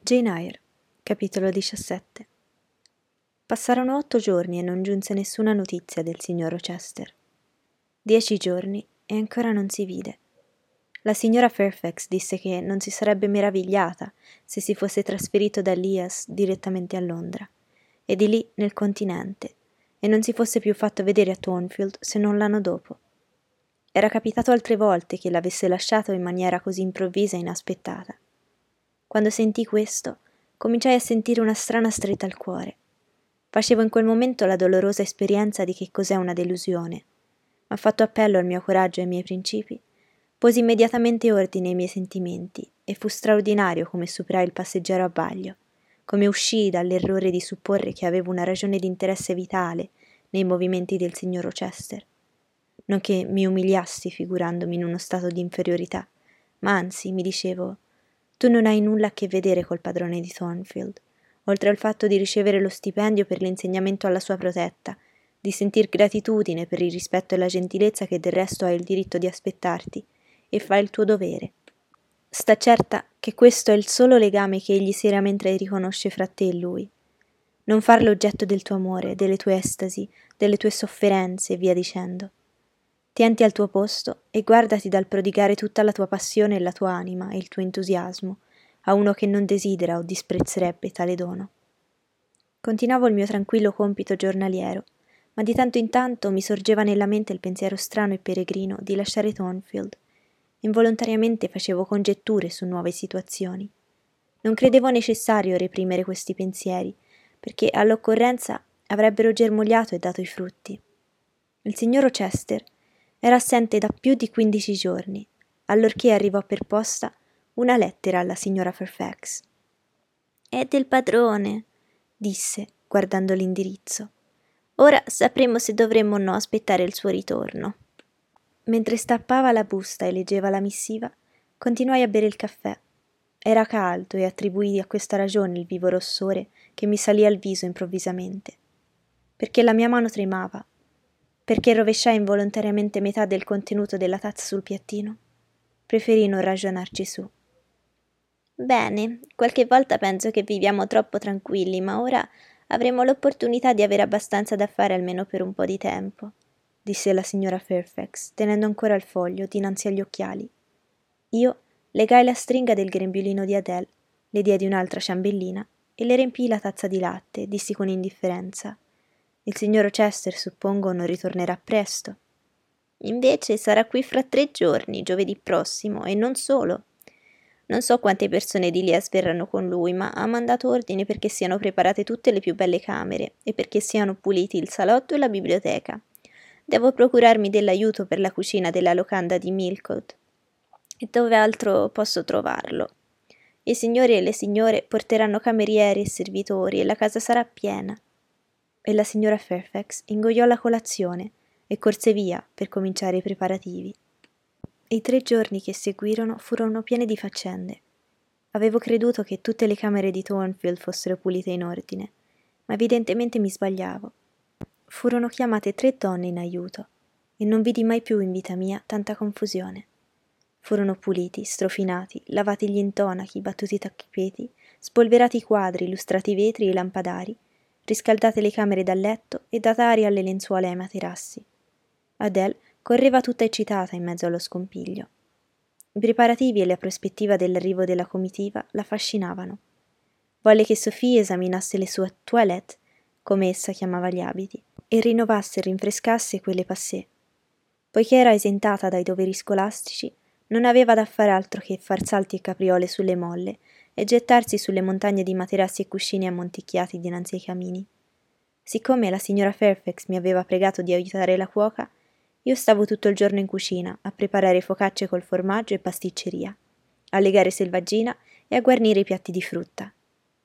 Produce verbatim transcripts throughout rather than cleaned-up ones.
Jane Eyre, capitolo diciassette. Passarono otto giorni e non giunse nessuna notizia del signor Rochester. Dieci giorni e ancora non si vide. La signora Fairfax disse che non si sarebbe meravigliata se si fosse trasferito da Lias direttamente a Londra, e di lì nel continente, e non si fosse più fatto vedere a Thornfield se non l'anno dopo. Era capitato altre volte che l'avesse lasciato in maniera così improvvisa e inaspettata. Quando sentii questo, cominciai a sentire una strana stretta al cuore. Facevo in quel momento la dolorosa esperienza di che cos'è una delusione, ma fatto appello al mio coraggio e ai miei principi, posi immediatamente ordine ai miei sentimenti e fu straordinario come superai il passeggero abbaglio, come uscii dall'errore di supporre che avevo una ragione di interesse vitale nei movimenti del signor Rochester. Non che mi umiliassi figurandomi in uno stato di inferiorità, ma anzi mi dicevo: tu non hai nulla a che vedere col padrone di Thornfield, oltre al fatto di ricevere lo stipendio per l'insegnamento alla sua protetta, di sentir gratitudine per il rispetto e la gentilezza che del resto hai il diritto di aspettarti, e fai il tuo dovere. Sta certa che questo è il solo legame che egli seriamente riconosce fra te e lui. Non farlo oggetto del tuo amore, delle tue estasi, delle tue sofferenze e via dicendo. Tienti al tuo posto e guardati dal prodigare tutta la tua passione e la tua anima e il tuo entusiasmo a uno che non desidera o disprezzerebbe tale dono. Continuavo il mio tranquillo compito giornaliero, ma di tanto in tanto mi sorgeva nella mente il pensiero strano e peregrino di lasciare Thornfield. Involontariamente facevo congetture su nuove situazioni. Non credevo necessario reprimere questi pensieri, perché all'occorrenza avrebbero germogliato e dato i frutti. Il signor Rochester era assente da più di quindici giorni, allorché arrivò per posta una lettera alla signora Fairfax. «È del padrone», disse, guardando l'indirizzo. «Ora sapremo se dovremmo o no aspettare il suo ritorno». Mentre stappava la busta e leggeva la missiva, continuai a bere il caffè. Era caldo e attribuii a questa ragione il vivo rossore che mi salì al viso improvvisamente. Perché la mia mano tremava, perché rovesciai involontariamente metà del contenuto della tazza sul piattino. Preferii non ragionarci su. «Bene, qualche volta penso che viviamo troppo tranquilli, ma ora avremo l'opportunità di avere abbastanza da fare almeno per un po' di tempo», disse la signora Fairfax, tenendo ancora il foglio dinanzi agli occhiali. Io legai la stringa del grembiulino di Adele, le diedi un'altra ciambellina e le riempii la tazza di latte, dissi con indifferenza: «Il signor Rochester, suppongo, non ritornerà presto». «Invece sarà qui fra tre giorni, giovedì prossimo, e non solo. Non so quante persone di Lias verranno con lui, ma ha mandato ordine perché siano preparate tutte le più belle camere e perché siano puliti il salotto e la biblioteca. Devo procurarmi dell'aiuto per la cucina della locanda di Millcote. E dove altro posso trovarlo? I signori e le signore porteranno camerieri e servitori e la casa sarà piena». E la signora Fairfax ingoiò la colazione e corse via per cominciare i preparativi. I tre giorni che seguirono furono pieni di faccende. Avevo creduto che tutte le camere di Thornfield fossero pulite in ordine, ma evidentemente mi sbagliavo. Furono chiamate tre donne in aiuto, e non vidi mai più in vita mia tanta confusione. Furono puliti, strofinati, lavati gli intonachi, battuti i tappeti, spolverati i quadri, lustrati i vetri e i lampadari, riscaldate le camere da letto e data aria alle lenzuola e ai materassi. Adele correva tutta eccitata in mezzo allo scompiglio. I preparativi e la prospettiva dell'arrivo della comitiva la affascinavano. Volle che Sophie esaminasse le sue toilette, come essa chiamava gli abiti, e rinnovasse e rinfrescasse quelle passé. Poiché era esentata dai doveri scolastici, non aveva da fare altro che far salti e capriole sulle molle e gettarsi sulle montagne di materassi e cuscini ammonticchiati dinanzi ai camini. Siccome la signora Fairfax mi aveva pregato di aiutare la cuoca, io stavo tutto il giorno in cucina a preparare focacce col formaggio e pasticceria, a legare selvaggina e a guarnire i piatti di frutta.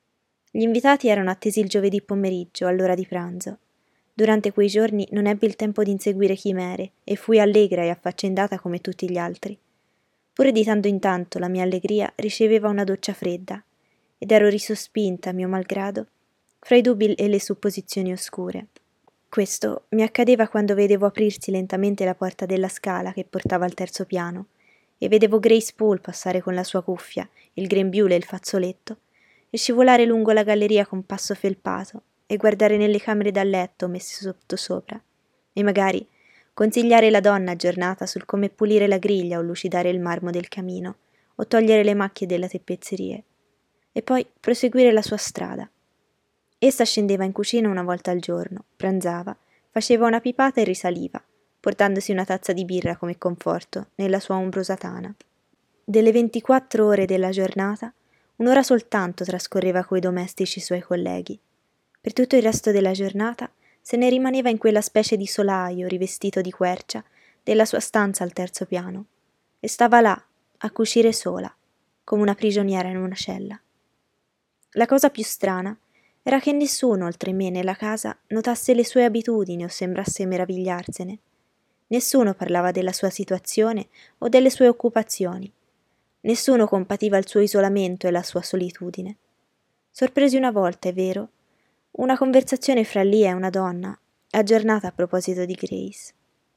Gli invitati erano attesi il giovedì pomeriggio, all'ora di pranzo. Durante quei giorni non ebbi il tempo di inseguire chimere e fui allegra e affaccendata come tutti gli altri. Pure di tanto in tanto la mia allegria riceveva una doccia fredda, ed ero risospinta, a mio malgrado, fra i dubbi e le supposizioni oscure. Questo mi accadeva quando vedevo aprirsi lentamente la porta della scala che portava al terzo piano, e vedevo Grace Poole passare con la sua cuffia, il grembiule e il fazzoletto, e scivolare lungo la galleria con passo felpato e guardare nelle camere da letto messe sottosopra e magari consigliare la donna aggiornata sul come pulire la griglia o lucidare il marmo del camino o togliere le macchie della tappezzerie e poi proseguire la sua strada. Essa scendeva in cucina una volta al giorno, pranzava, faceva una pipata e risaliva, portandosi una tazza di birra come conforto nella sua ombrosa tana. Delle ventiquattro ore della giornata, un'ora soltanto trascorreva coi domestici suoi colleghi. Per tutto il resto della giornata se ne rimaneva in quella specie di solaio rivestito di quercia della sua stanza al terzo piano e stava là a cucire sola, come una prigioniera in una cella. La cosa più strana era che nessuno oltre me nella casa notasse le sue abitudini o sembrasse meravigliarsene. Nessuno parlava della sua situazione o delle sue occupazioni. Nessuno compativa il suo isolamento e la sua solitudine. Sorpresi una volta, è vero, una conversazione fra Lia e una donna, aggiornata a proposito di Grace.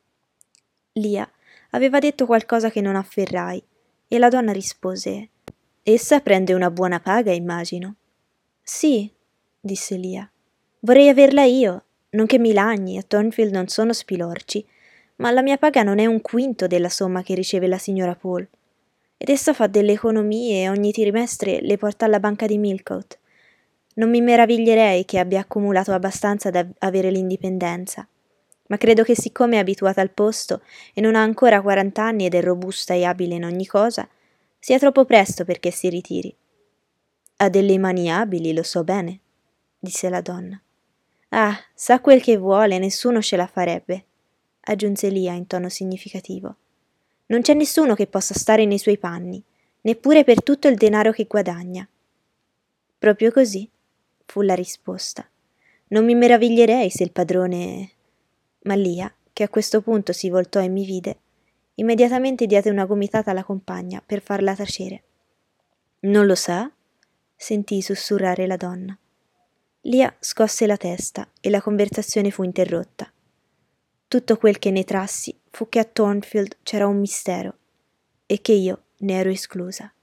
Lia aveva detto qualcosa che non afferrai e la donna rispose: «Essa prende una buona paga, immagino». «Sì», disse Lia. «Vorrei averla io, non che mi lagni, a Thornfield non sono spilorci, ma la mia paga non è un quinto della somma che riceve la signora Paul. Ed essa fa delle economie e ogni trimestre le porta alla banca di Millcote. Non mi meraviglierei che abbia accumulato abbastanza da avere l'indipendenza, ma credo che siccome è abituata al posto e non ha ancora quarant'anni ed è robusta e abile in ogni cosa, sia troppo presto perché si ritiri». «Ha delle mani abili, lo so bene», disse la donna. «Ah, sa quel che vuole, nessuno ce la farebbe», aggiunse Lia in tono significativo. «Non c'è nessuno che possa stare nei suoi panni, neppure per tutto il denaro che guadagna». «Proprio così», fu la risposta. «Non mi meraviglierei se il padrone...» Ma Lia, che a questo punto si voltò e mi vide, immediatamente diede una gomitata alla compagna per farla tacere. «Non lo sa?» sentii sussurrare la donna. Lia scosse la testa e la conversazione fu interrotta. Tutto quel che ne trassi fu che a Thornfield c'era un mistero e che io ne ero esclusa.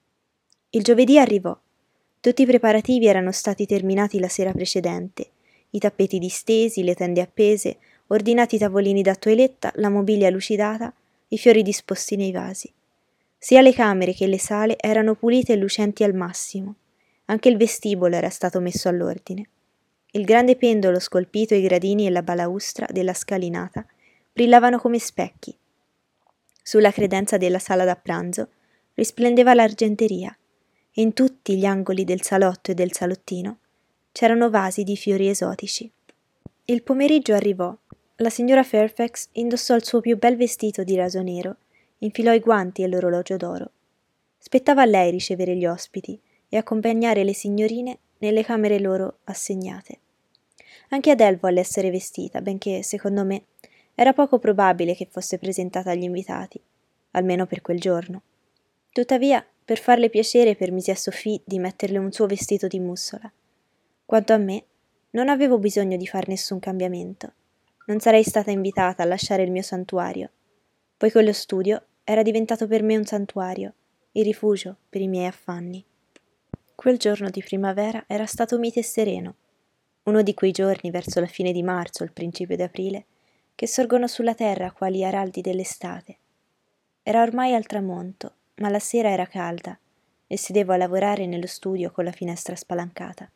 Il giovedì arrivò. Tutti i preparativi erano stati terminati la sera precedente, i tappeti distesi, le tende appese, ordinati i tavolini da toeletta, la mobilia lucidata, i fiori disposti nei vasi. Sia le camere che le sale erano pulite e lucenti al massimo. Anche il vestibolo era stato messo all'ordine. Il grande pendolo scolpito, i gradini e la balaustra della scalinata brillavano come specchi. Sulla credenza della sala da pranzo risplendeva l'argenteria e in tutti gli angoli del salotto e del salottino c'erano vasi di fiori esotici. Il pomeriggio arrivò. La signora Fairfax indossò il suo più bel vestito di raso nero, infilò i guanti e l'orologio d'oro. Spettava a lei ricevere gli ospiti e accompagnare le signorine nelle camere loro assegnate. Anche Adele volle essere vestita, benché, secondo me, era poco probabile che fosse presentata agli invitati, almeno per quel giorno. Tuttavia, per farle piacere, permise a Sophie di metterle un suo vestito di mussola. Quanto a me, non avevo bisogno di far nessun cambiamento. Non sarei stata invitata a lasciare il mio santuario, poiché lo studio era diventato per me un santuario, il rifugio per i miei affanni. Quel giorno di primavera era stato mite e sereno, uno di quei giorni verso la fine di marzo o il principio di aprile che sorgono sulla terra quali araldi dell'estate. Era ormai al tramonto, ma la sera era calda e sedevo a lavorare nello studio con la finestra spalancata.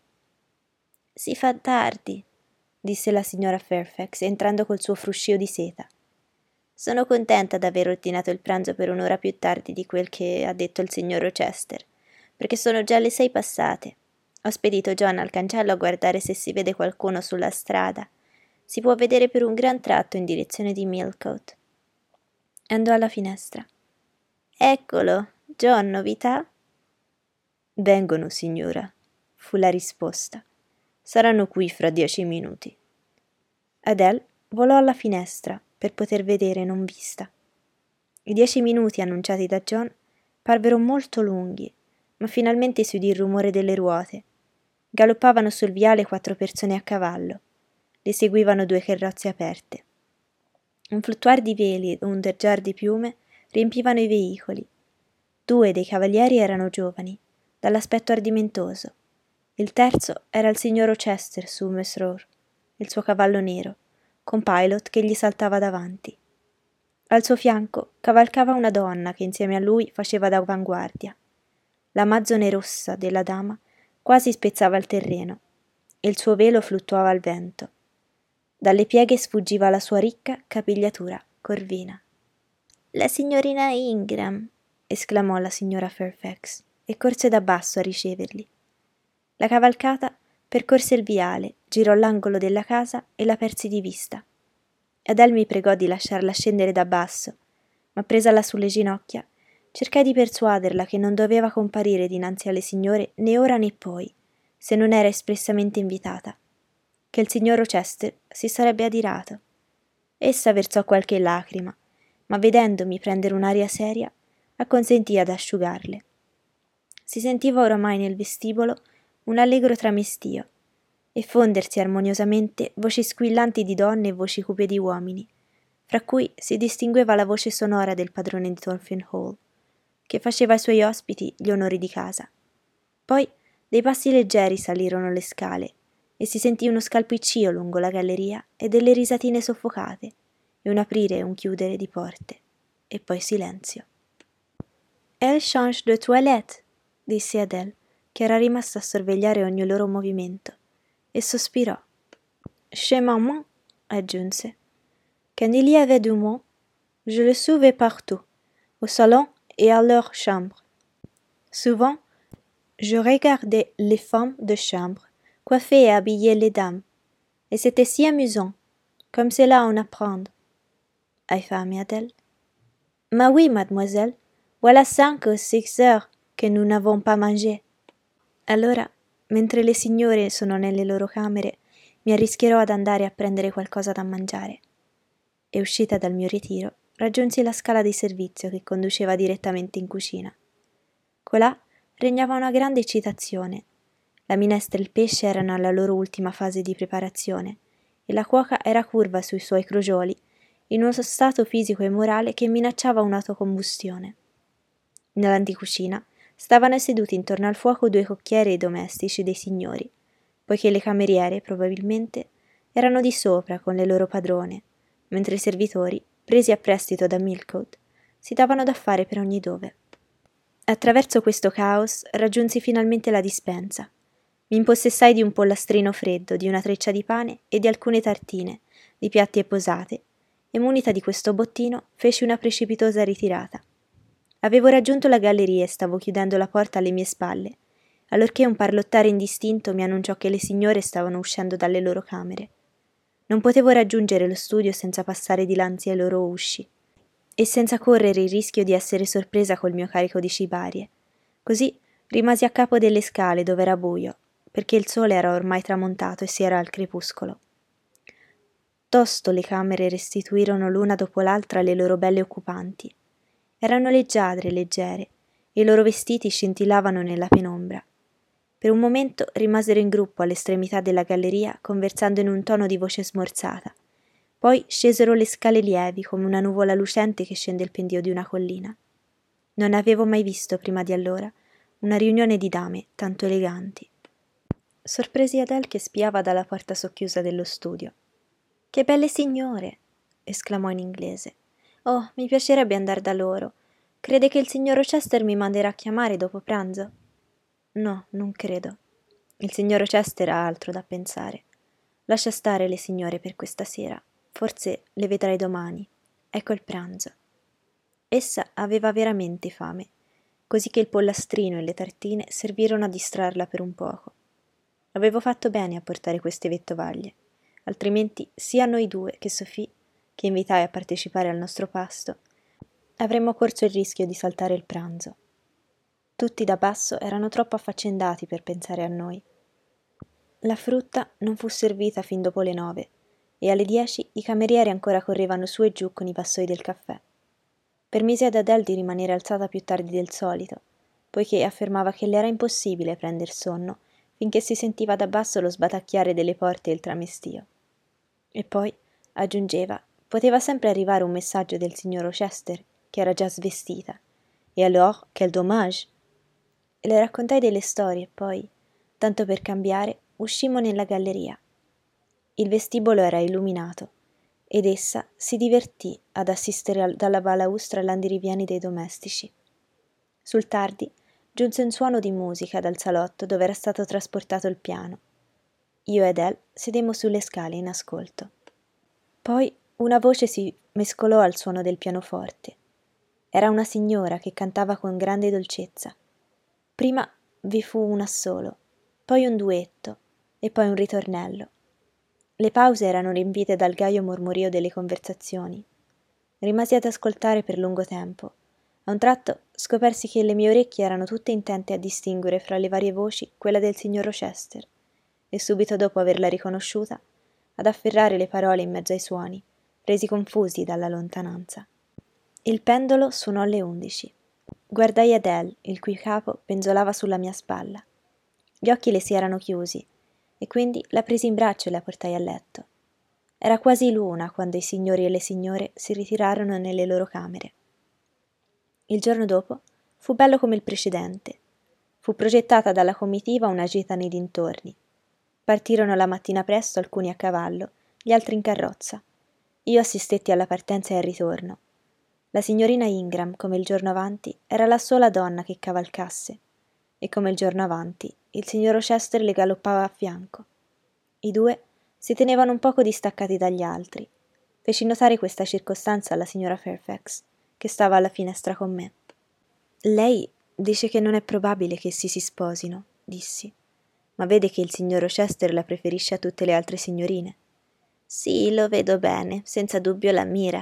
«Si fa tardi», disse la signora Fairfax entrando col suo fruscio di seta. «Sono contenta d'aver ordinato il pranzo per un'ora più tardi di quel che ha detto il signor Rochester, perché sono già le sei passate. Ho spedito John al cancello a guardare se si vede qualcuno sulla strada. Si può vedere per un gran tratto in direzione di Millcote». Andò alla finestra. «Eccolo, John, novità?» «Vengono, signora», fu la risposta. «Saranno qui fra dieci minuti». Adele volò alla finestra per poter vedere non vista. I dieci minuti annunciati da John parvero molto lunghi, ma finalmente si udì il rumore delle ruote. Galoppavano sul viale quattro persone a cavallo. Le seguivano due carrozze aperte. Un fluttuar di veli e un ondeggiar di piume riempivano i veicoli. Due dei cavalieri erano giovani, dall'aspetto ardimentoso, Il terzo era il signor Rochester su Mesrour, il suo cavallo nero, con Pilot che gli saltava davanti. Al suo fianco cavalcava una donna che insieme a lui faceva da avanguardia. La mazzone rossa della dama quasi spezzava il terreno e il suo velo fluttuava al vento. Dalle pieghe sfuggiva la sua ricca capigliatura corvina. «La signorina Ingram!» esclamò la signora Fairfax e corse da basso a riceverli. La cavalcata percorse il viale, girò l'angolo della casa e la persi di vista. Adele mi pregò di lasciarla scendere da basso, ma presala sulle ginocchia, cercai di persuaderla che non doveva comparire dinanzi alle signore né ora né poi, se non era espressamente invitata, che il signor Rochester si sarebbe adirato. Essa versò qualche lacrima, ma vedendomi prendere un'aria seria, acconsentì ad asciugarle. Si sentiva oramai nel vestibolo un allegro tramestio, e fondersi armoniosamente voci squillanti di donne e voci cupe di uomini, fra cui si distingueva la voce sonora del padrone di Thornfield Hall, che faceva ai suoi ospiti gli onori di casa. Poi dei passi leggeri salirono le scale, e si sentì uno scalpiccio lungo la galleria e delle risatine soffocate, e un aprire e un chiudere di porte, e poi silenzio. «Elle change de toilette», disse Adele, che era rimasta a sorvegliare ogni loro movimento, e sospirò. «Chez maman», aggiunse. «Quand il y avait du monde, je le suivais partout, au salon et à leur chambre. Souvent, je regardais les femmes de chambre coiffer et habiller les dames, et c'était si amusant, comme cela en apprendre. Hai fame, Adele? Ma oui, mademoiselle, voilà cinq ou six heures che nous n'avons pas mangé. Allora, mentre le signore sono nelle loro camere, mi arrischierò ad andare a prendere qualcosa da mangiare. E uscita dal mio ritiro, raggiunsi la scala di servizio che conduceva direttamente in cucina. Colà regnava una grande eccitazione. La minestra e il pesce erano alla loro ultima fase di preparazione e la cuoca era curva sui suoi crogioli, in uno stato fisico e morale che minacciava un'autocombustione. Nell'anticuscina stavano seduti intorno al fuoco due cocchieri e domestici dei signori, poiché le cameriere, probabilmente, erano di sopra con le loro padrone, mentre i servitori, presi a prestito da Millcote, si davano da fare per ogni dove. Attraverso questo caos raggiunsi finalmente la dispensa. Mi impossessai di un pollastrino freddo, di una treccia di pane e di alcune tartine, di piatti e posate, e munita di questo bottino feci una precipitosa ritirata. Avevo raggiunto la galleria e stavo chiudendo la porta alle mie spalle, allorché un parlottare indistinto mi annunciò che le signore stavano uscendo dalle loro camere. Non potevo raggiungere lo studio senza passare dinanzi ai loro usci, e senza correre il rischio di essere sorpresa col mio carico di cibarie. Così rimasi a capo delle scale dove era buio, perché il sole era ormai tramontato e si era al crepuscolo. Tosto le camere restituirono l'una dopo l'altra le loro belle occupanti. Erano leggiadre e leggere, e i loro vestiti scintillavano nella penombra. Per un momento rimasero in gruppo all'estremità della galleria, conversando in un tono di voce smorzata. Poi scesero le scale lievi come una nuvola lucente che scende il pendio di una collina. Non avevo mai visto prima di allora una riunione di dame tanto eleganti. Sorpresi Adele che spiava dalla porta socchiusa dello studio. «Che belle signore!» esclamò in inglese. «Oh, mi piacerebbe andare da loro. Crede che il signor Rochester mi manderà a chiamare dopo pranzo?» «No, non credo. Il signor Rochester ha altro da pensare. Lascia stare le signore per questa sera. Forse le vedrai domani. Ecco il pranzo». Essa aveva veramente fame, così che il pollastrino e le tartine servirono a distrarla per un poco. Avevo fatto bene a portare queste vettovaglie, altrimenti sia noi due che Sophie, che invitai a partecipare al nostro pasto, avremmo corso il rischio di saltare il pranzo. Tutti da basso erano troppo affaccendati per pensare a noi. La frutta non fu servita fin dopo le nove, e alle dieci i camerieri ancora correvano su e giù con i vassoi del caffè. Permisi ad Adele di rimanere alzata più tardi del solito, poiché affermava che le era impossibile prender sonno finché si sentiva da basso lo sbatacchiare delle porte e il tramestio. E poi, aggiungeva, poteva sempre arrivare un messaggio del signor Rochester, che era già svestita. E alors, quel dommage! E le raccontai delle storie e poi, Tanto per cambiare, uscimmo nella galleria. Il vestibolo era illuminato ed essa si divertì ad assistere al, dalla balaustra all'andirivieni dei domestici. Sul tardi giunse un suono di musica dal salotto dove era stato trasportato il piano. Io ed El sedemmo sulle scale in ascolto. Poi una voce si mescolò al suono del pianoforte. Era una signora che cantava con grande dolcezza. Prima vi fu un assolo, poi un duetto e poi un ritornello. Le pause erano riempite dal gaio mormorio delle conversazioni. Rimasi ad ascoltare per lungo tempo. A un tratto scopersi che le mie orecchie erano tutte intente a distinguere fra le varie voci quella del signor Rochester, e subito dopo averla riconosciuta, ad afferrare le parole in mezzo ai suoni, resi confusi dalla lontananza. Il pendolo suonò le undici. Guardai Adele, il cui capo penzolava sulla mia spalla. Gli occhi le si erano chiusi, e quindi la presi in braccio e la portai a letto. Era quasi l'una quando i signori e le signore si ritirarono nelle loro camere. Il giorno dopo fu bello come il precedente. Fu progettata dalla comitiva una gita nei dintorni. Partirono la mattina presto alcuni a cavallo, gli altri in carrozza. Io assistetti alla partenza e al ritorno. La signorina Ingram, come il giorno avanti, era la sola donna che cavalcasse, e come il giorno avanti, il signor Rochester le galoppava a fianco. I due si tenevano un poco distaccati dagli altri. Feci notare questa circostanza alla signora Fairfax, che stava alla finestra con me. Lei dice che non è probabile che essi si sposino, dissi, ma vede che il signor Rochester la preferisce a tutte le altre signorine. Sì, lo vedo bene, senza dubbio l'ammira.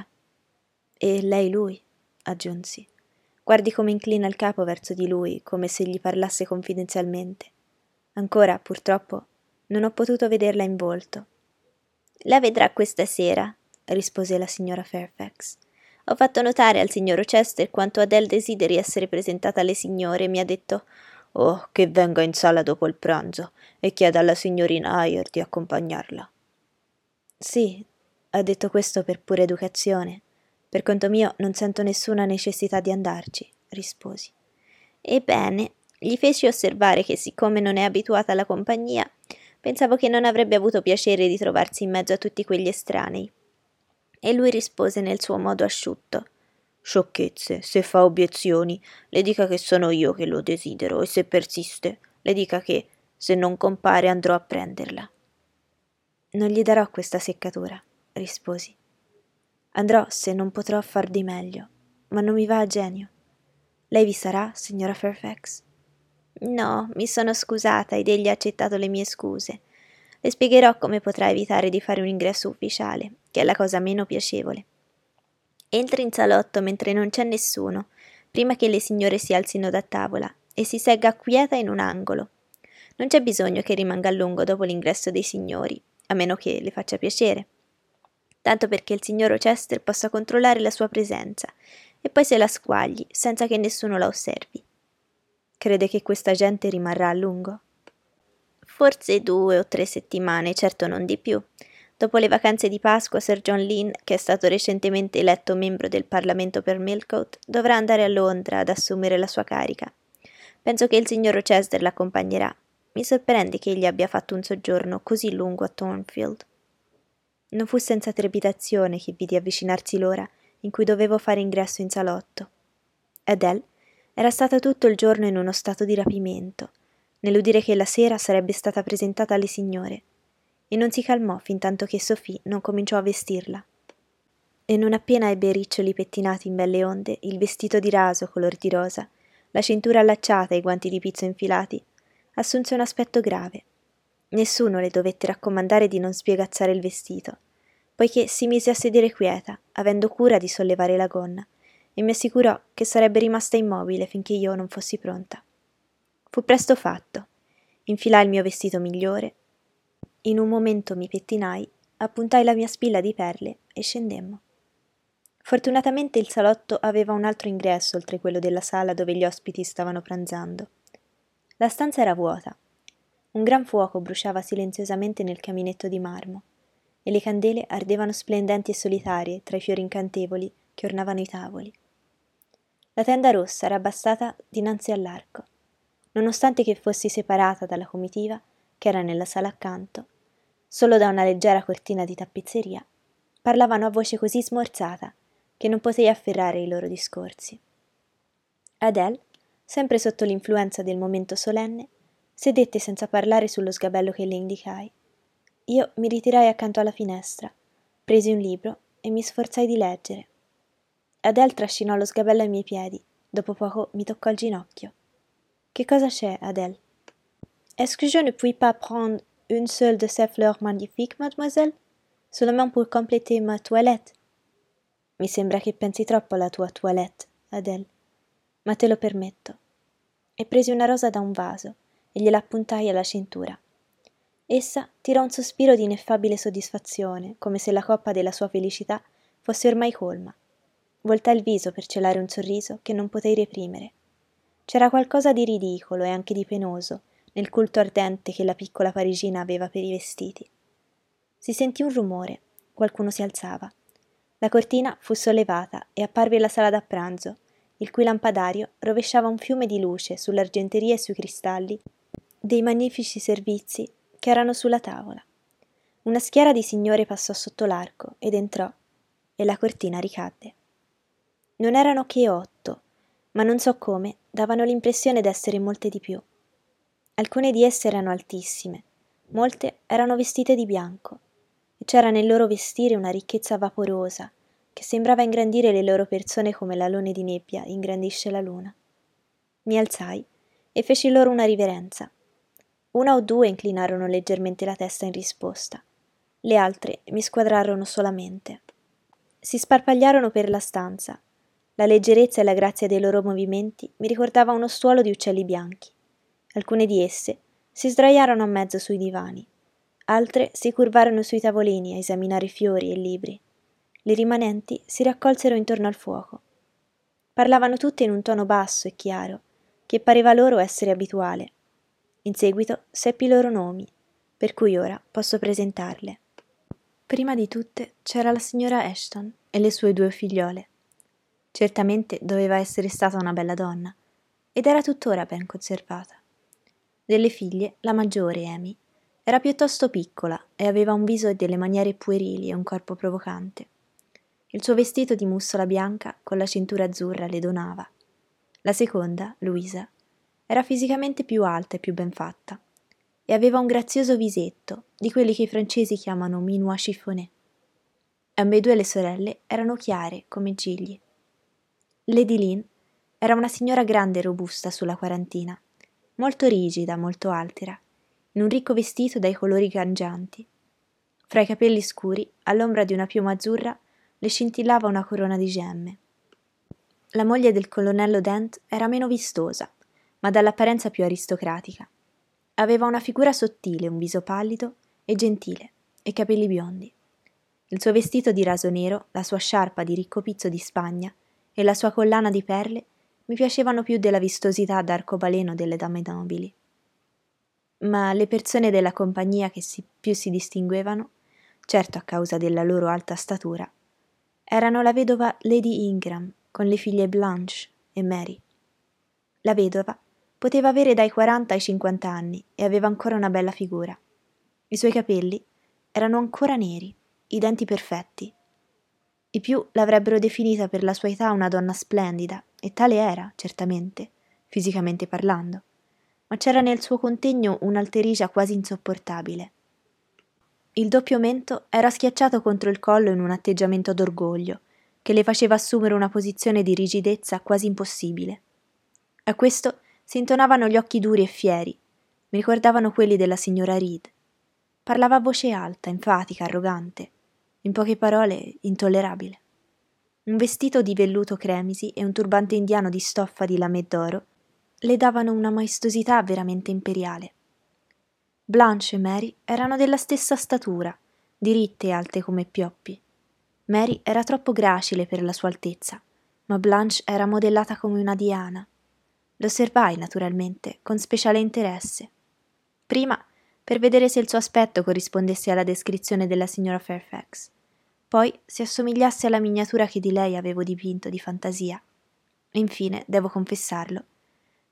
E lei lui, aggiunsi. Guardi come inclina il capo verso di lui, come se gli parlasse confidenzialmente. Ancora, purtroppo, non ho potuto vederla in volto. La vedrà questa sera, rispose la signora Fairfax. Ho fatto notare al signor Rochester quanto Adele desideri essere presentata alle signore e mi ha detto «Oh, che venga in sala dopo il pranzo e chieda alla signorina Ayer di accompagnarla». Sì, ha detto questo per pura educazione. Per conto mio non sento nessuna necessità di andarci, risposi. Ebbene, gli feci osservare che siccome non è abituata alla compagnia, pensavo che non avrebbe avuto piacere di trovarsi in mezzo a tutti quegli estranei. E lui rispose nel suo modo asciutto. Sciocchezze, se fa obiezioni, le dica che sono io che lo desidero e se persiste, le dica che, se non compare, andrò a prenderla. Non gli darò questa seccatura, risposi. Andrò se non potrò far di meglio, ma non mi va a genio. Lei vi sarà, signora Fairfax? No, mi sono scusata ed egli ha accettato le mie scuse. Le spiegherò come potrà evitare di fare un ingresso ufficiale, che è la cosa meno piacevole. Entri in salotto mentre non c'è nessuno, prima che le signore si alzino da tavola, e si segga quieta in un angolo. Non c'è bisogno che rimanga a lungo dopo l'ingresso dei signori, a meno che le faccia piacere. Tanto perché il signor Rochester possa controllare la sua presenza, e poi se la squagli, senza che nessuno la osservi. Crede che questa gente rimarrà a lungo? Forse due o tre settimane, certo non di più. Dopo le vacanze di Pasqua, Sir John Lynn, che è stato recentemente eletto membro del Parlamento per Millcote, dovrà andare a Londra ad assumere la sua carica. Penso che il signor Rochester l'accompagnerà. Mi sorprende che egli abbia fatto un soggiorno così lungo a Thornfield. Non fu senza trepidazione che vidi avvicinarsi l'ora in cui dovevo fare ingresso in salotto. Adele era stata tutto il giorno in uno stato di rapimento, nell'udire che la sera sarebbe stata presentata alle signore, e non si calmò fintanto che Sophie non cominciò a vestirla. E non appena ebbe i riccioli pettinati in belle onde, il vestito di raso color di rosa, la cintura allacciata e i guanti di pizzo infilati, assunse un aspetto grave. Nessuno le dovette raccomandare di non spiegazzare il vestito, poiché si mise a sedere quieta, avendo cura di sollevare la gonna, e mi assicurò che sarebbe rimasta immobile finché io non fossi pronta. Fu presto fatto. Infilai il mio vestito migliore. In un momento mi pettinai, appuntai la mia spilla di perle e scendemmo. Fortunatamente il salotto aveva un altro ingresso oltre quello della sala dove gli ospiti stavano pranzando. La stanza era vuota. Un gran fuoco bruciava silenziosamente nel caminetto di marmo, e le candele ardevano splendenti e solitarie tra i fiori incantevoli che ornavano i tavoli. La tenda rossa era abbassata dinanzi all'arco. nonostante che fossi separata dalla comitiva, che era nella sala accanto, solo da una leggera cortina di tappezzeria, parlavano a voce così smorzata che non potei afferrare i loro discorsi. Adele, sempre sotto l'influenza del momento solenne, sedette senza parlare sullo sgabello che le indicai. Io mi ritirai accanto alla finestra, presi un libro e mi sforzai di leggere. Adele trascinò lo sgabello ai miei piedi, dopo poco mi toccò il ginocchio. Che cosa c'è, Adele? Est-ce que je ne puis pas prendre une seule de ces fleurs magnifiques, mademoiselle? Seulement pour compléter ma toilette. Mi sembra che pensi troppo alla tua toilette, Adele, ma te lo permetto. E presi una rosa da un vaso e gliela appuntai alla cintura. Essa tirò un sospiro di ineffabile soddisfazione, come se la coppa della sua felicità fosse ormai colma. Voltai il viso per celare un sorriso che non potei reprimere. C'era qualcosa di ridicolo e anche di penoso nel culto ardente che la piccola parigina aveva per i vestiti. Si sentì un rumore, qualcuno si alzava. La cortina fu sollevata e apparve la sala da pranzo, il cui lampadario rovesciava un fiume di luce sull'argenteria e sui cristalli dei magnifici servizi che erano sulla tavola. Una schiera di signore passò sotto l'arco ed entrò, e la cortina ricadde. Non erano che otto, ma non so come davano l'impressione d'essere molte di più. Alcune di esse erano altissime, molte erano vestite di bianco, e c'era nel loro vestire una ricchezza vaporosa che sembrava ingrandire le loro persone come l'alone di nebbia ingrandisce la luna. Mi alzai e feci loro una riverenza. Una o due inclinarono leggermente la testa in risposta, le altre mi squadrarono solamente. Si sparpagliarono per la stanza. La leggerezza e la grazia dei loro movimenti mi ricordava uno stuolo di uccelli bianchi. Alcune di esse si sdraiarono a mezzo sui divani, altre si curvarono sui tavolini a esaminare fiori e libri. Le rimanenti si raccolsero intorno al fuoco. Parlavano tutte in un tono basso e chiaro, che pareva loro essere abituale. In seguito seppi i loro nomi, per cui ora posso presentarle. Prima di tutte c'era la signora Ashton e le sue due figliole. Certamente doveva essere stata una bella donna, ed era tuttora ben conservata. Delle figlie, la maggiore, Amy, era piuttosto piccola e aveva un viso e delle maniere puerili e un corpo provocante. Il suo vestito di mussola bianca con la cintura azzurra le donava. La seconda, Louisa, era fisicamente più alta e più ben fatta, e aveva un grazioso visetto, di quelli che i francesi chiamano minois chiffonné. Ambedue le sorelle erano chiare come gigli. Lady Lynn era una signora grande e robusta sulla quarantina, molto rigida, molto altera, in un ricco vestito dai colori cangianti. Fra i capelli scuri, all'ombra di una piuma azzurra, le scintillava una corona di gemme. La moglie del colonnello Dent era meno vistosa, ma dall'apparenza più aristocratica. Aveva una figura sottile, un viso pallido e gentile, e capelli biondi. Il suo vestito di raso nero, la sua sciarpa di ricco pizzo di Spagna e la sua collana di perle mi piacevano più della vistosità d'arcobaleno delle dame nobili. Ma le persone della compagnia che si, più si distinguevano, certo a causa della loro alta statura, erano la vedova Lady Ingram con le figlie Blanche e Mary. La vedova poteva avere dai quaranta ai cinquanta anni e aveva ancora una bella figura. I suoi capelli erano ancora neri, i denti perfetti. I più l'avrebbero definita per la sua età una donna splendida, e tale era, certamente, fisicamente parlando, ma c'era nel suo contegno un'alterigia quasi insopportabile. Il doppio mento era schiacciato contro il collo in un atteggiamento d'orgoglio, che le faceva assumere una posizione di rigidezza quasi impossibile. A questo si intonavano gli occhi duri e fieri, mi ricordavano quelli della signora Reed. Parlava a voce alta, enfatica, arrogante, in poche parole intollerabile. Un vestito di velluto cremisi e un turbante indiano di stoffa di lamè d'oro le davano una maestosità veramente imperiale. Blanche e Mary erano della stessa statura, diritte e alte come pioppi. Mary era troppo gracile per la sua altezza, ma Blanche era modellata come una diana. L'osservai, naturalmente, con speciale interesse. Prima, per vedere se il suo aspetto corrispondesse alla descrizione della signora Fairfax. Poi se assomigliasse alla miniatura che di lei avevo dipinto di fantasia. E infine, devo confessarlo,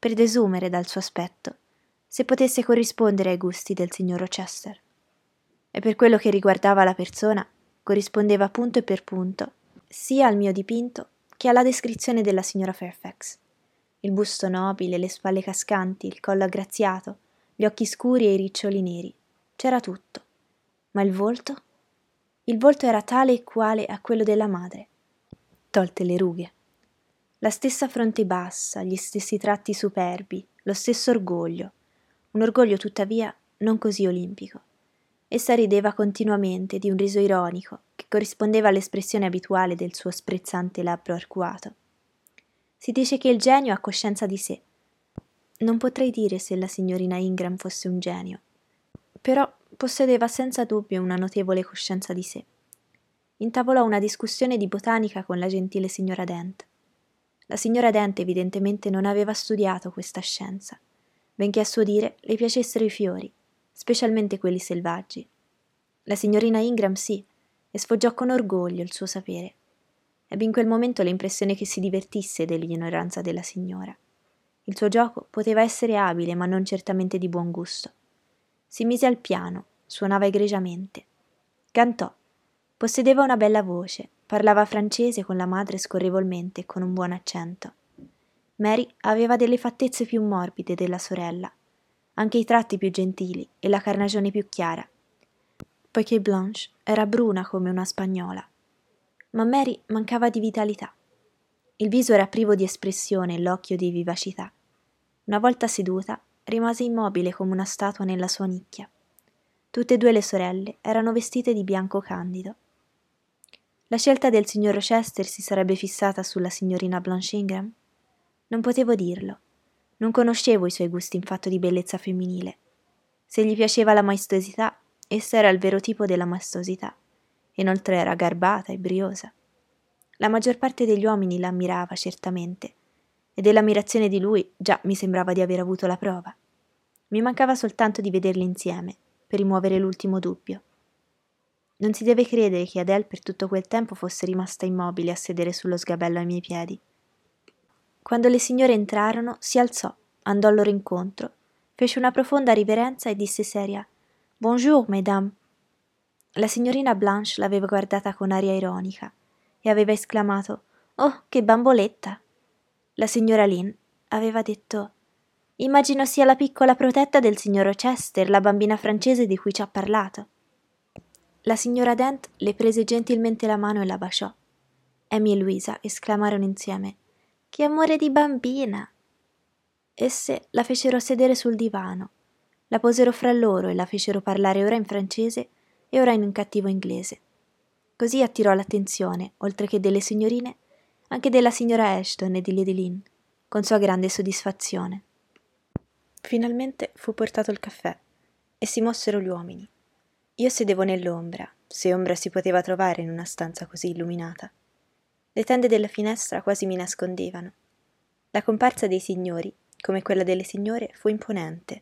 per desumere dal suo aspetto se potesse corrispondere ai gusti del signor Rochester. E per quello che riguardava la persona, corrispondeva punto e per punto sia al mio dipinto che alla descrizione della signora Fairfax. Il busto nobile, le spalle cascanti, il collo aggraziato, gli occhi scuri e i riccioli neri. C'era tutto. Ma il volto? Il volto era tale e quale a quello della madre, tolte le rughe. La stessa fronte bassa, gli stessi tratti superbi, lo stesso orgoglio. Un orgoglio tuttavia non così olimpico. Essa rideva continuamente di un riso ironico che corrispondeva all'espressione abituale del suo sprezzante labbro arcuato. Si dice che il genio ha coscienza di sé. Non potrei dire se la signorina Ingram fosse un genio, però possedeva senza dubbio una notevole coscienza di sé. Intavolò una discussione di botanica con la gentile signora Dent. La signora Dent evidentemente non aveva studiato questa scienza, benché a suo dire le piacessero i fiori, specialmente quelli selvaggi. La signorina Ingram sì, e sfoggiò con orgoglio il suo sapere. Ebbe in quel momento l'impressione che si divertisse dell'ignoranza della signora. Il suo gioco poteva essere abile, ma non certamente di buon gusto. Si mise al piano, suonava egregiamente. Cantò. Possedeva una bella voce, parlava francese con la madre scorrevolmente e con un buon accento. Mary aveva delle fattezze più morbide della sorella, anche i tratti più gentili e la carnagione più chiara, poiché Blanche era bruna come una spagnola. Ma Mary mancava di vitalità. Il viso era privo di espressione e l'occhio di vivacità. Una volta seduta, rimase immobile come una statua nella sua nicchia. Tutte e due le sorelle erano vestite di bianco candido. La scelta del signor Rochester si sarebbe fissata sulla signorina Blanche Ingram? Non potevo dirlo. Non conoscevo i suoi gusti in fatto di bellezza femminile. Se gli piaceva la maestosità, essa era il vero tipo della maestosità. Inoltre era garbata e briosa. La maggior parte degli uomini la ammirava, certamente, e dell'ammirazione di lui già mi sembrava di aver avuto la prova. Mi mancava soltanto di vederli insieme, per rimuovere l'ultimo dubbio. Non si deve credere che Adele per tutto quel tempo fosse rimasta immobile a sedere sullo sgabello ai miei piedi. Quando le signore entrarono, si alzò, andò loro incontro, fece una profonda riverenza e disse seria: «Bonjour, mesdames». La signorina Blanche l'aveva guardata con aria ironica e aveva esclamato: «Oh, che bamboletta!». La signora Lynn aveva detto: «Immagino sia la piccola protetta del signor Rochester, la bambina francese di cui ci ha parlato». La signora Dent le prese gentilmente la mano e la baciò. Amy e Luisa esclamarono insieme: «Che amore di bambina!». Esse la fecero sedere sul divano, la posero fra loro e la fecero parlare ora in francese e ora in un cattivo inglese. Così attirò l'attenzione, oltre che delle signorine, anche della signora Ashton e di Lady Lynn, con sua grande soddisfazione. Finalmente fu portato il caffè e si mossero gli uomini. Io sedevo nell'ombra, se ombra si poteva trovare in una stanza così illuminata. Le tende della finestra quasi mi nascondevano. La comparsa dei signori, come quella delle signore, fu imponente.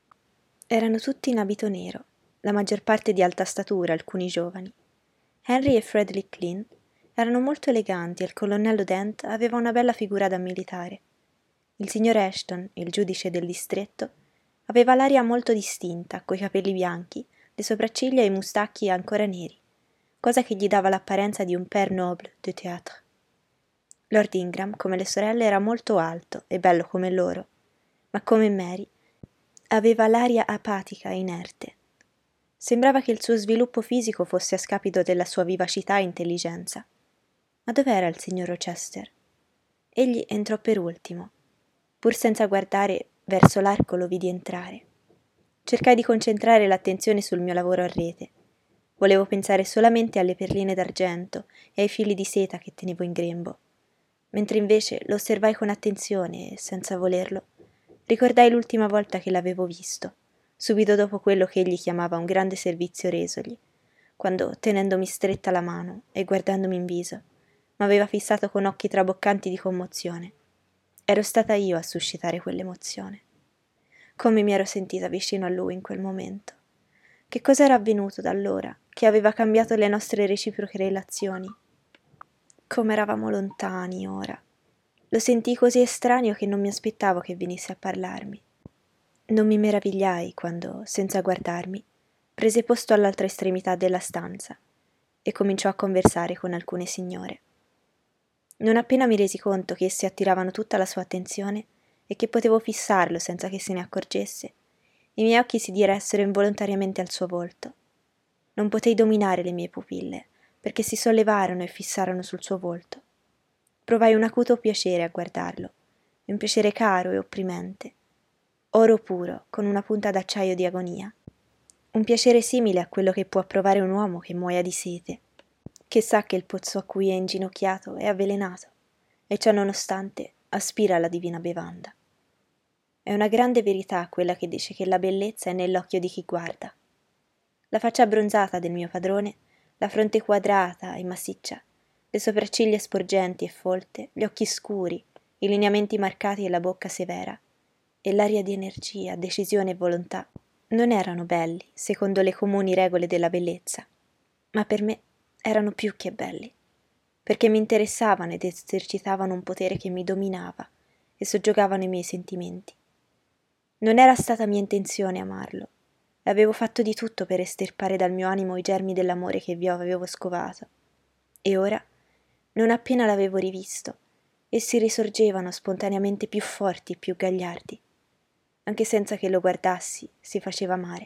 Erano tutti in abito nero, la maggior parte di alta statura, alcuni giovani. Henry e Frederick Lynn erano molto eleganti e il colonnello Dent aveva una bella figura da militare. Il signor Ashton, il giudice del distretto, aveva l'aria molto distinta, coi capelli bianchi, le sopracciglia e i mustacchi ancora neri, cosa che gli dava l'apparenza di un père noble de théâtre. Lord Ingram, come le sorelle, era molto alto e bello come loro, ma come Mary aveva l'aria apatica e inerte. Sembrava che il suo sviluppo fisico fosse a scapito della sua vivacità e intelligenza. Ma dov'era il signor Rochester? Egli entrò per ultimo. Pur senza guardare verso l'arco lo vidi entrare. Cercai di concentrare l'attenzione sul mio lavoro a rete. Volevo pensare solamente alle perline d'argento e ai fili di seta che tenevo in grembo. Mentre invece lo osservai con attenzione e, senza volerlo, ricordai l'ultima volta che l'avevo visto, subito dopo quello che egli chiamava un grande servizio resogli, quando, tenendomi stretta la mano e guardandomi in viso, m'aveva fissato con occhi traboccanti di commozione. Ero stata io a suscitare quell'emozione. Come mi ero sentita vicino a lui in quel momento. Che cos'era avvenuto da allora che aveva cambiato le nostre reciproche relazioni? Come eravamo lontani ora. Lo sentii così estraneo che non mi aspettavo che venisse a parlarmi. Non mi meravigliai quando, senza guardarmi, prese posto all'altra estremità della stanza e cominciò a conversare con alcune signore. Non appena mi resi conto che esse attiravano tutta la sua attenzione e che potevo fissarlo senza che se ne accorgesse, i miei occhi si diressero involontariamente al suo volto. Non potei dominare le mie pupille, perché si sollevarono e fissarono sul suo volto. Provai un acuto piacere a guardarlo, un piacere caro e opprimente, oro puro con una punta d'acciaio di agonia, un piacere simile a quello che può provare un uomo che muoia di sete, che sa che il pozzo a cui è inginocchiato è avvelenato, e ciò nonostante aspira alla divina bevanda. È una grande verità quella che dice che la bellezza è nell'occhio di chi guarda. La faccia abbronzata del mio padrone, la fronte quadrata e massiccia, le sopracciglia sporgenti e folte, gli occhi scuri, i lineamenti marcati e la bocca severa, e l'aria di energia, decisione e volontà, non erano belli, secondo le comuni regole della bellezza, ma per me erano più che belli, perché mi interessavano ed esercitavano un potere che mi dominava e soggiogavano i miei sentimenti. Non era stata mia intenzione amarlo, e avevo fatto di tutto per estirpare dal mio animo i germi dell'amore che vi avevo scovato. E ora, non appena l'avevo rivisto, essi risorgevano spontaneamente più forti e più gagliardi. Anche senza che lo guardassi, si faceva amare.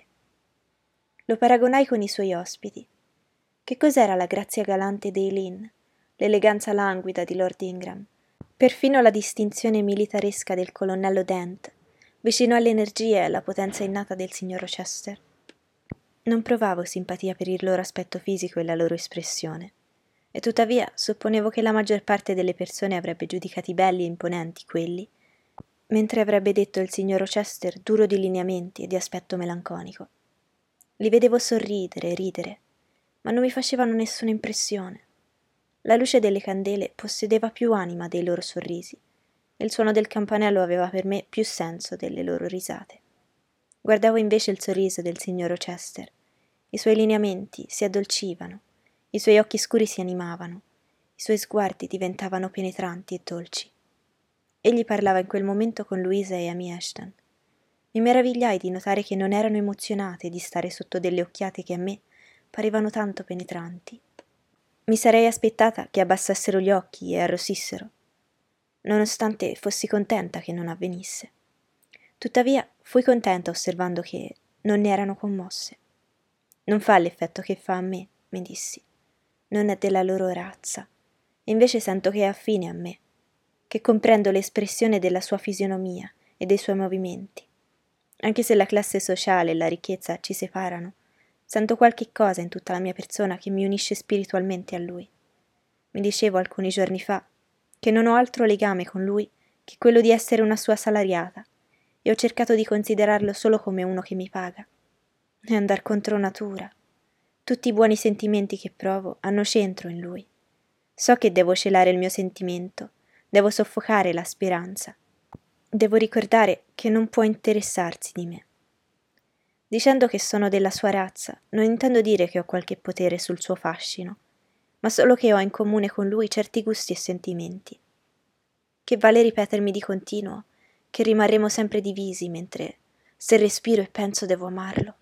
Lo paragonai con i suoi ospiti. Che cos'era la grazia galante dei Lynn, l'eleganza languida di Lord Ingram, perfino la distinzione militaresca del colonnello Dent, vicino all'energia e alla potenza innata del signor Rochester? Non provavo simpatia per il loro aspetto fisico e la loro espressione, e tuttavia supponevo che la maggior parte delle persone avrebbe giudicati belli e imponenti quelli, mentre avrebbe detto il signor Rochester duro di lineamenti e di aspetto melanconico. Li vedevo sorridere e ridere, ma non mi facevano nessuna impressione. La luce delle candele possedeva più anima dei loro sorrisi, e il suono del campanello aveva per me più senso delle loro risate. Guardavo invece il sorriso del signor Rochester. I suoi lineamenti si addolcivano, i suoi occhi scuri si animavano, i suoi sguardi diventavano penetranti e dolci. Egli parlava in quel momento con Louisa e Amy Ashton. Mi meravigliai di notare che non erano emozionate di stare sotto delle occhiate che a me parevano tanto penetranti. Mi sarei aspettata che abbassassero gli occhi e arrossissero, nonostante fossi contenta che non avvenisse. Tuttavia fui contenta osservando che non ne erano commosse. Non fa l'effetto che fa a me, mi dissi. Non è della loro razza, e invece sento che è affine a me, che comprendo l'espressione della sua fisionomia e dei suoi movimenti. Anche se la classe sociale e la ricchezza ci separano, sento qualche cosa in tutta la mia persona che mi unisce spiritualmente a lui. Mi dicevo alcuni giorni fa che non ho altro legame con lui che quello di essere una sua salariata, e ho cercato di considerarlo solo come uno che mi paga. È andar contro natura. Tutti i buoni sentimenti che provo hanno centro in lui. So che devo celare il mio sentimento, devo soffocare la speranza. Devo ricordare che non può interessarsi di me. Dicendo che sono della sua razza, non intendo dire che ho qualche potere sul suo fascino, ma solo che ho in comune con lui certi gusti e sentimenti. Che vale ripetermi di continuo che rimarremo sempre divisi, mentre, se respiro e penso, devo amarlo?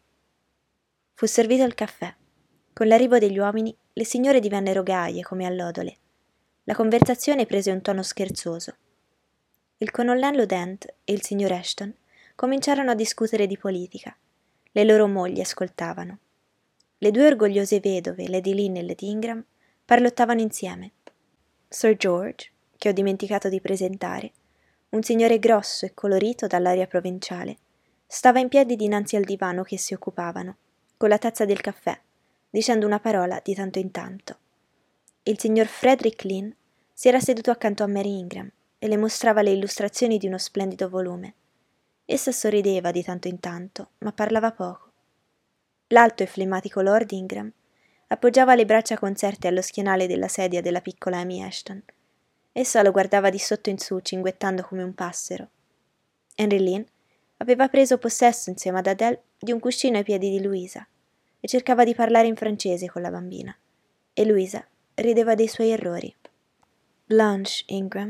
Fu servito il caffè. Con l'arrivo degli uomini, le signore divennero gaie come allodole. La conversazione prese un tono scherzoso. Il colonnello Dent e il signor Ashton cominciarono a discutere di politica. Le loro mogli ascoltavano. Le due orgogliose vedove, Lady Lynn e Lady Ingram, parlottavano insieme. Sir George, che ho dimenticato di presentare, un signore grosso e colorito dall'aria provinciale, stava in piedi dinanzi al divano che si occupavano, con la tazza del caffè, dicendo una parola di tanto in tanto. Il signor Frederick Lynn si era seduto accanto a Mary Ingram e le mostrava le illustrazioni di uno splendido volume. Essa sorrideva di tanto in tanto, ma parlava poco. L'alto e flematico Lord Ingram appoggiava le braccia conserte allo schienale della sedia della piccola Amy Ashton. Essa lo guardava di sotto in su, cinguettando come un passero. Henry Lynn aveva preso possesso insieme ad Adele di un cuscino ai piedi di Louisa e cercava di parlare in francese con la bambina, e Louisa rideva dei suoi errori. Blanche Ingram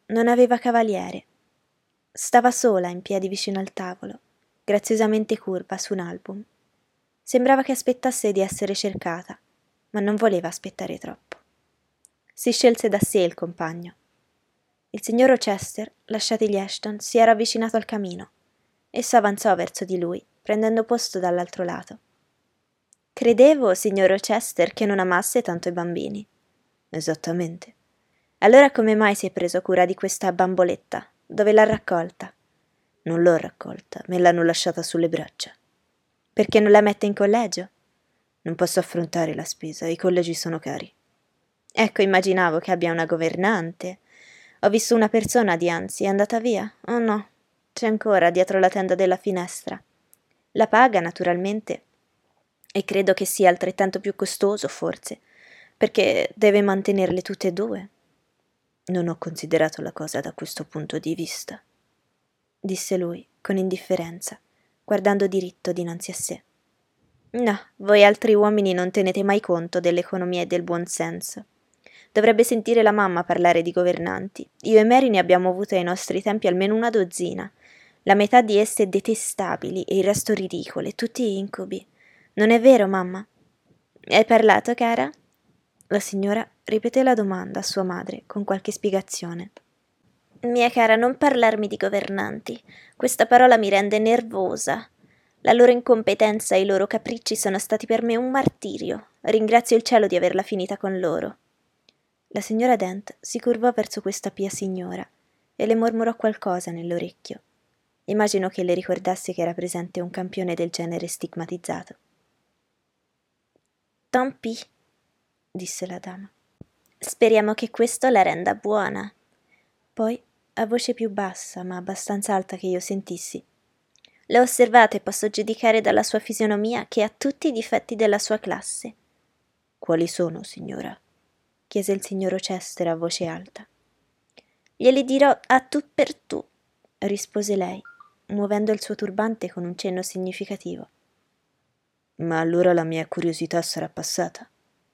non aveva cavaliere. Stava sola in piedi vicino al tavolo, graziosamente curva su un album. Sembrava che aspettasse di essere cercata, ma non voleva aspettare troppo. Si scelse da sé il compagno. Il signor Rochester, lasciati gli Ashton, si era avvicinato al camino. Esso avanzò verso di lui, prendendo posto dall'altro lato. Credevo, signor Rochester, che non amasse tanto i bambini. Esattamente. Allora come mai si è preso cura di questa bamboletta? Dove l'ha raccolta? Non l'ho raccolta, me l'hanno lasciata sulle braccia. Perché non la mette in collegio? Non posso affrontare la spesa, i collegi sono cari. Ecco, immaginavo che abbia una governante. Ho visto una persona dianzi, è andata via? Oh no, c'è ancora dietro la tenda della finestra. La paga, naturalmente, e credo che sia altrettanto più costoso, forse, perché deve mantenerle tutte e due. Non ho considerato la cosa da questo punto di vista, disse lui con indifferenza, guardando diritto dinanzi a sé. No, voi altri uomini non tenete mai conto dell'economia e del buon senso. Dovrebbe sentire la mamma parlare di governanti. Io e Mary ne abbiamo avute ai nostri tempi almeno una dozzina. La metà di esse detestabili e il resto ridicole, tutti incubi. Non è vero, mamma? Hai parlato, cara? La signora ripeté la domanda a sua madre con qualche spiegazione. Mia cara, non parlarmi di governanti. Questa parola mi rende nervosa. La loro incompetenza e i loro capricci sono stati per me un martirio. Ringrazio il cielo di averla finita con loro. La signora Dent si curvò verso questa pia signora e le mormorò qualcosa nell'orecchio. Immagino che le ricordasse che era presente un campione del genere stigmatizzato. Tant pis, disse la dama. Speriamo che questo la renda buona. Poi, a voce più bassa, ma abbastanza alta che io sentissi. L'ho osservata e posso giudicare dalla sua fisionomia che ha tutti i difetti della sua classe. Quali sono, signora? Chiese il signor Rochester a voce alta. Glieli dirò a tu per tu, rispose lei, muovendo il suo turbante con un cenno significativo. Ma allora la mia curiosità sarà passata.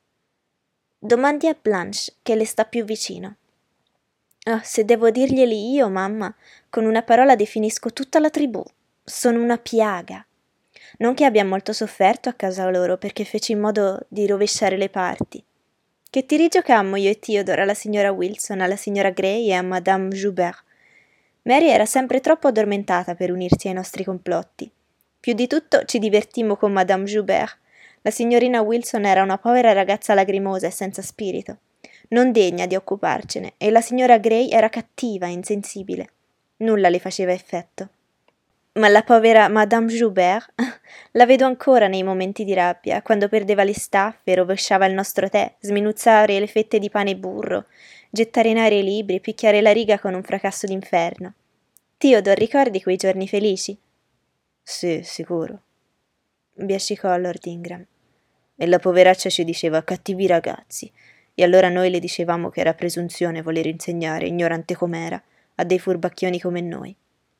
Domandi a Blanche, che le sta più vicino. Oh, se devo dirglieli io, mamma, con una parola definisco tutta la tribù. Sono una piaga. Non che abbia molto sofferto a casa loro, perché feci in modo di rovesciare le parti. Che ti rigiocammo io e Theodore alla signora Wilson, alla signora Gray e a Madame Joubert. Mary era sempre troppo addormentata per unirsi ai nostri complotti. Più di tutto ci divertimmo con Madame Joubert. La signorina Wilson era una povera ragazza lagrimosa e senza spirito, non degna di occuparcene, e la signora Gray era cattiva e insensibile. Nulla le faceva effetto. Ma la povera Madame Joubert la vedo ancora nei momenti di rabbia, quando perdeva le staffe, rovesciava il nostro tè, sminuzzare le fette di pane e burro, gettare in aria i libri, picchiare la riga con un fracasso d'inferno. Theodore, ricordi quei giorni felici? Sì, sicuro, biascicò Lord Ingram. E la poveraccia ci diceva cattivi ragazzi, e allora noi le dicevamo che era presunzione voler insegnare, ignorante com'era, a dei furbacchioni come noi.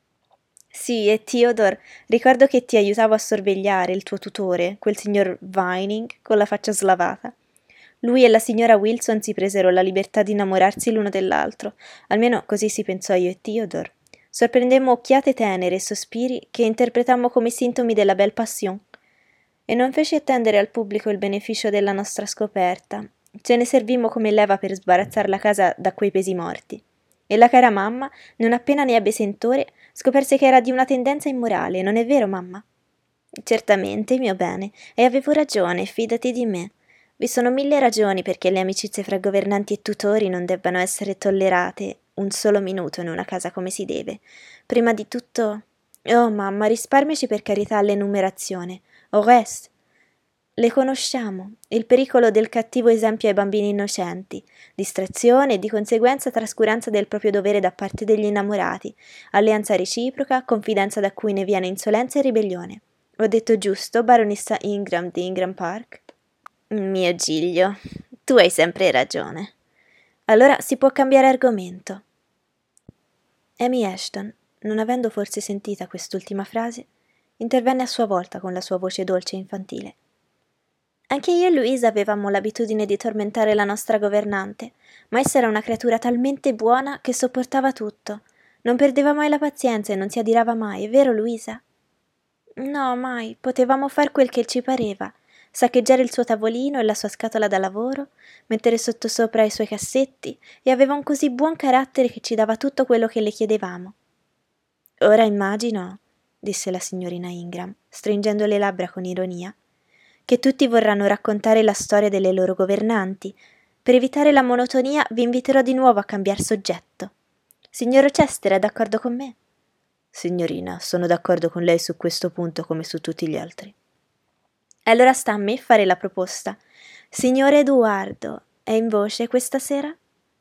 Sì, e Theodore, ricordo che ti aiutavo a sorvegliare il tuo tutore, quel signor Vining, con la faccia slavata. Lui e la signora Wilson si presero la libertà di innamorarsi l'uno dell'altro, almeno così si pensò io e Theodore. Sorprendemmo occhiate tenere e sospiri che interpretammo come sintomi della belle passion. E non feci attendere al pubblico il beneficio della nostra scoperta. Ce ne servimmo come leva per sbarazzar la casa da quei pesi morti. E la cara mamma, non appena ne ebbe sentore, scoperse che era di una tendenza immorale, non è vero, mamma? Certamente, mio bene, e avevo ragione, fidati di me. Vi sono mille ragioni perché le amicizie fra governanti e tutori non debbano essere tollerate un solo minuto in una casa come si deve. Prima di tutto... Oh, mamma, risparmiaci per carità l'enumerazione. Au reste. Le conosciamo, il pericolo del cattivo esempio ai bambini innocenti, distrazione e di conseguenza trascuranza del proprio dovere da parte degli innamorati, alleanza reciproca, confidenza da cui ne viene insolenza e ribellione. Ho detto giusto, baronessa Ingram di Ingram Park? Mio Giglio, tu hai sempre ragione. Allora si può cambiare argomento. Amy Ashton, non avendo forse sentita quest'ultima frase, intervenne a sua volta con la sua voce dolce e infantile. Anche io e Louisa avevamo l'abitudine di tormentare la nostra governante, ma essa era una creatura talmente buona che sopportava tutto. Non perdeva mai la pazienza e non si adirava mai, è vero Louisa? No, mai. Potevamo far quel che ci pareva. Saccheggiare il suo tavolino e la sua scatola da lavoro, mettere sottosopra i suoi cassetti, e aveva un così buon carattere che ci dava tutto quello che le chiedevamo. Ora immagino, disse la signorina Ingram, stringendo le labbra con ironia, che tutti vorranno raccontare la storia delle loro governanti. Per evitare la monotonia vi inviterò di nuovo a cambiar soggetto. Signor Rochester è d'accordo con me? Signorina, sono d'accordo con lei su questo punto come su tutti gli altri. Allora sta a me fare la proposta. Signore Edoardo, è in voce questa sera?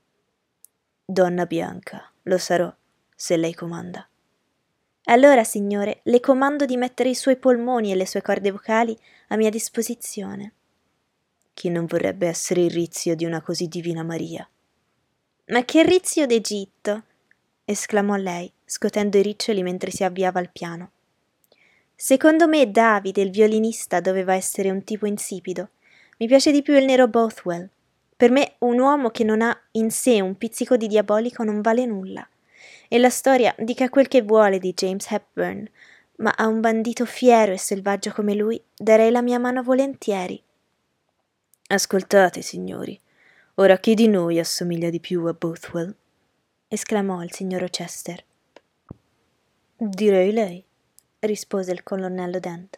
Donna Bianca, lo sarò, se lei comanda. Allora, signore, le comando di mettere i suoi polmoni e le sue corde vocali a mia disposizione. Chi non vorrebbe essere il rizio di una così divina Maria? Ma che rizio d'Egitto! Esclamò lei, scotendo i riccioli mentre si avviava al piano. Secondo me Davide, il violinista, doveva essere un tipo insipido. Mi piace di più il nero Bothwell. Per me un uomo che non ha in sé un pizzico di diabolico non vale nulla. E la storia dica quel che vuole di James Hepburn, ma a un bandito fiero e selvaggio come lui darei la mia mano volentieri. Ascoltate, signori, ora chi di noi assomiglia di più a Bothwell? Esclamò il signor Rochester. Direi lei, rispose il colonnello Dent.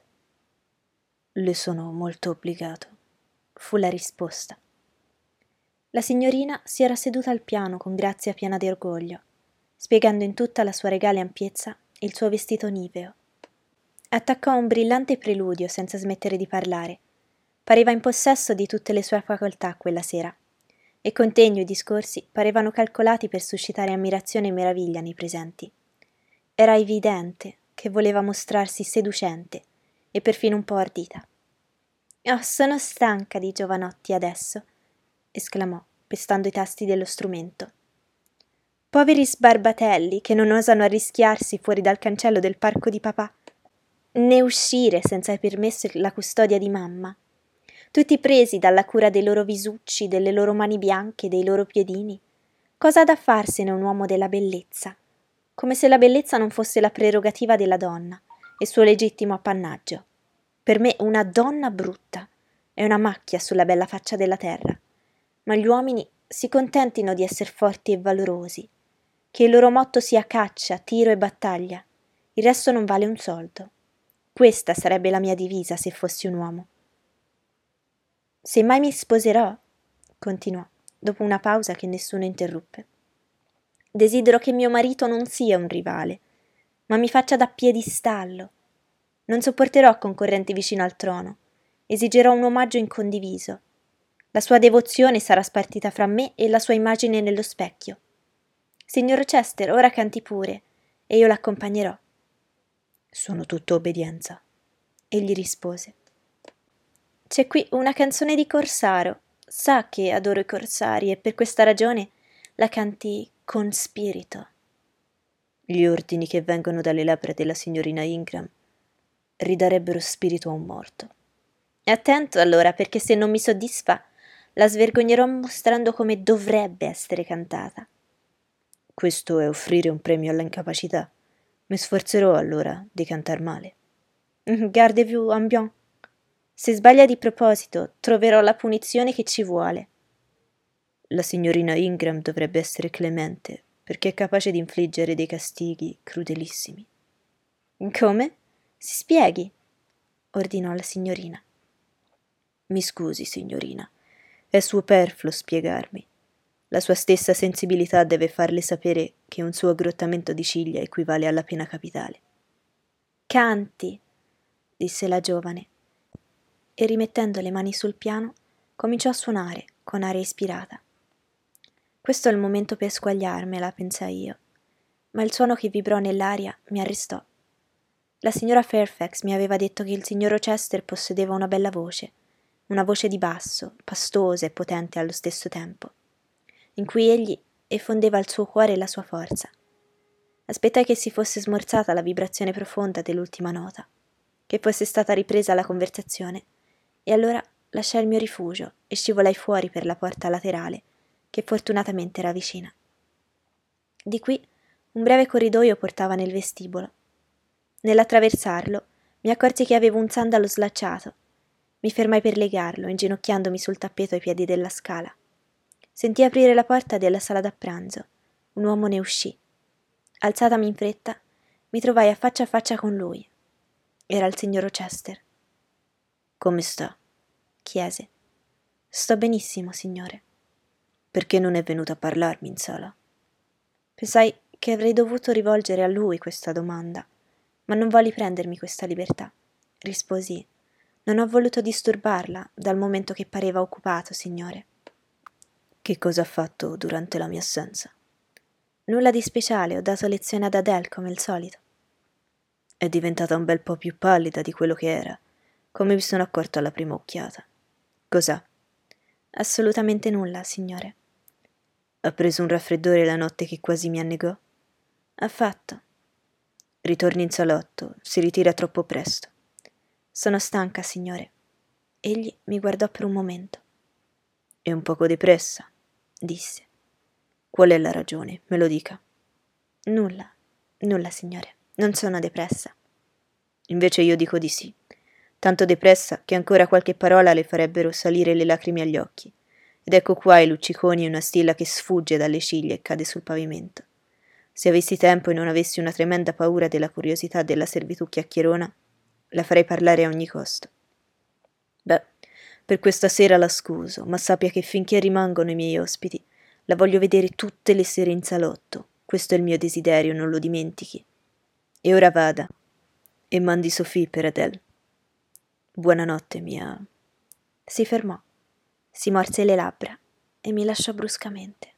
Le sono molto obbligato, fu la risposta. La signorina si era seduta al piano con grazia piena di orgoglio, spiegando in tutta la sua regale ampiezza il suo vestito niveo. Attaccò un brillante preludio senza smettere di parlare. Pareva in possesso di tutte le sue facoltà quella sera, e contegno i discorsi parevano calcolati per suscitare ammirazione e meraviglia nei presenti. Era evidente che voleva mostrarsi seducente e perfino un po' ardita. «Oh, sono stanca di giovanotti adesso», esclamò, pestando i tasti dello strumento. «Poveri sbarbatelli che non osano arrischiarsi fuori dal cancello del parco di papà, né uscire senza il permesso e la custodia di mamma, tutti presi dalla cura dei loro visucci, delle loro mani bianche, dei loro piedini. Cosa ha da farsene un uomo della bellezza? Come se la bellezza non fosse la prerogativa della donna, il suo legittimo appannaggio. Per me una donna brutta è una macchia sulla bella faccia della terra, ma gli uomini si contentino di essere forti e valorosi, che il loro motto sia caccia, tiro e battaglia, il resto non vale un soldo. Questa sarebbe la mia divisa se fossi un uomo. Se mai mi sposerò, continuò, dopo una pausa che nessuno interruppe, desidero che mio marito non sia un rivale, ma mi faccia da piedistallo. Non sopporterò concorrenti vicino al trono. Esigerò un omaggio incondiviso. La sua devozione sarà spartita fra me e la sua immagine nello specchio. Signor Rochester, ora canti pure, e io l'accompagnerò. Sono tutto obbedienza, egli rispose. C'è qui una canzone di Corsaro. Sa che adoro i corsari e per questa ragione la canti con spirito. Gli ordini che vengono dalle labbra della signorina Ingram ridarebbero spirito a un morto. Attento allora, perché se non mi soddisfa la svergognerò mostrando come dovrebbe essere cantata. Questo è offrire un premio alla incapacità. Mi sforzerò allora di cantar male. Gardez-vous en bien. Se sbaglia di proposito, troverò la punizione che ci vuole. La signorina Ingram dovrebbe essere clemente, perché è capace di infliggere dei castighi crudelissimi. Come? Si spieghi, ordinò la signorina. Mi scusi, signorina, è superfluo spiegarmi. La sua stessa sensibilità deve farle sapere che un suo aggrottamento di ciglia equivale alla pena capitale. Canti, disse la giovane, e rimettendo le mani sul piano, cominciò a suonare con aria ispirata. Questo è il momento per squagliarmela, pensai io, ma il suono che vibrò nell'aria mi arrestò. La signora Fairfax mi aveva detto che il signor Rochester possedeva una bella voce, una voce di basso, pastosa e potente allo stesso tempo, in cui egli effondeva il suo cuore e la sua forza. Aspettai che si fosse smorzata la vibrazione profonda dell'ultima nota, che fosse stata ripresa la conversazione, e allora lasciai il mio rifugio e scivolai fuori per la porta laterale, che fortunatamente era vicina. Di qui un breve corridoio portava nel vestibolo. Nell'attraversarlo mi accorsi che avevo un sandalo slacciato. Mi fermai per legarlo, inginocchiandomi sul tappeto ai piedi della scala. Sentii aprire la porta della sala da pranzo. Un uomo ne uscì. Alzatami in fretta, mi trovai a faccia a faccia con lui. Era il signor Rochester. «Come sta?» chiese. «Sto benissimo, signore». «Perché non è venuto a parlarmi in sala?» Pensai che avrei dovuto rivolgere a lui questa domanda, ma non volli prendermi questa libertà. Risposi: «Non ho voluto disturbarla, dal momento che pareva occupato, signore». «Che cosa ha fatto durante la mia assenza?» «Nulla di speciale, ho dato lezione ad Adele come al solito». «È diventata un bel po' più pallida di quello che era, come mi sono accorto alla prima occhiata. Cos'ha?» «Assolutamente nulla, signore». «Ha preso un raffreddore la notte che quasi mi annegò?» «Affatto». «Ritorni in salotto, si ritira troppo presto». «Sono stanca, signore». Egli mi guardò per un momento. «È un poco depressa», disse. «Qual è la ragione? Me lo dica». «Nulla, nulla, signore. Non sono depressa». «Invece io dico di sì. Tanto depressa che ancora qualche parola le farebbero salire le lacrime agli occhi. Ed ecco qua i lucciconi e una stilla che sfugge dalle ciglia e cade sul pavimento. Se avessi tempo e non avessi una tremenda paura della curiosità della servitù chiacchierona, la farei parlare a ogni costo. Beh, per questa sera la scuso, ma sappia che finché rimangono i miei ospiti, la voglio vedere tutte le sere in salotto. Questo è il mio desiderio, non lo dimentichi. E ora vada e mandi Sophie per Adele. Buonanotte, mia...» Si fermò, si morse le labbra e mi lasciò bruscamente.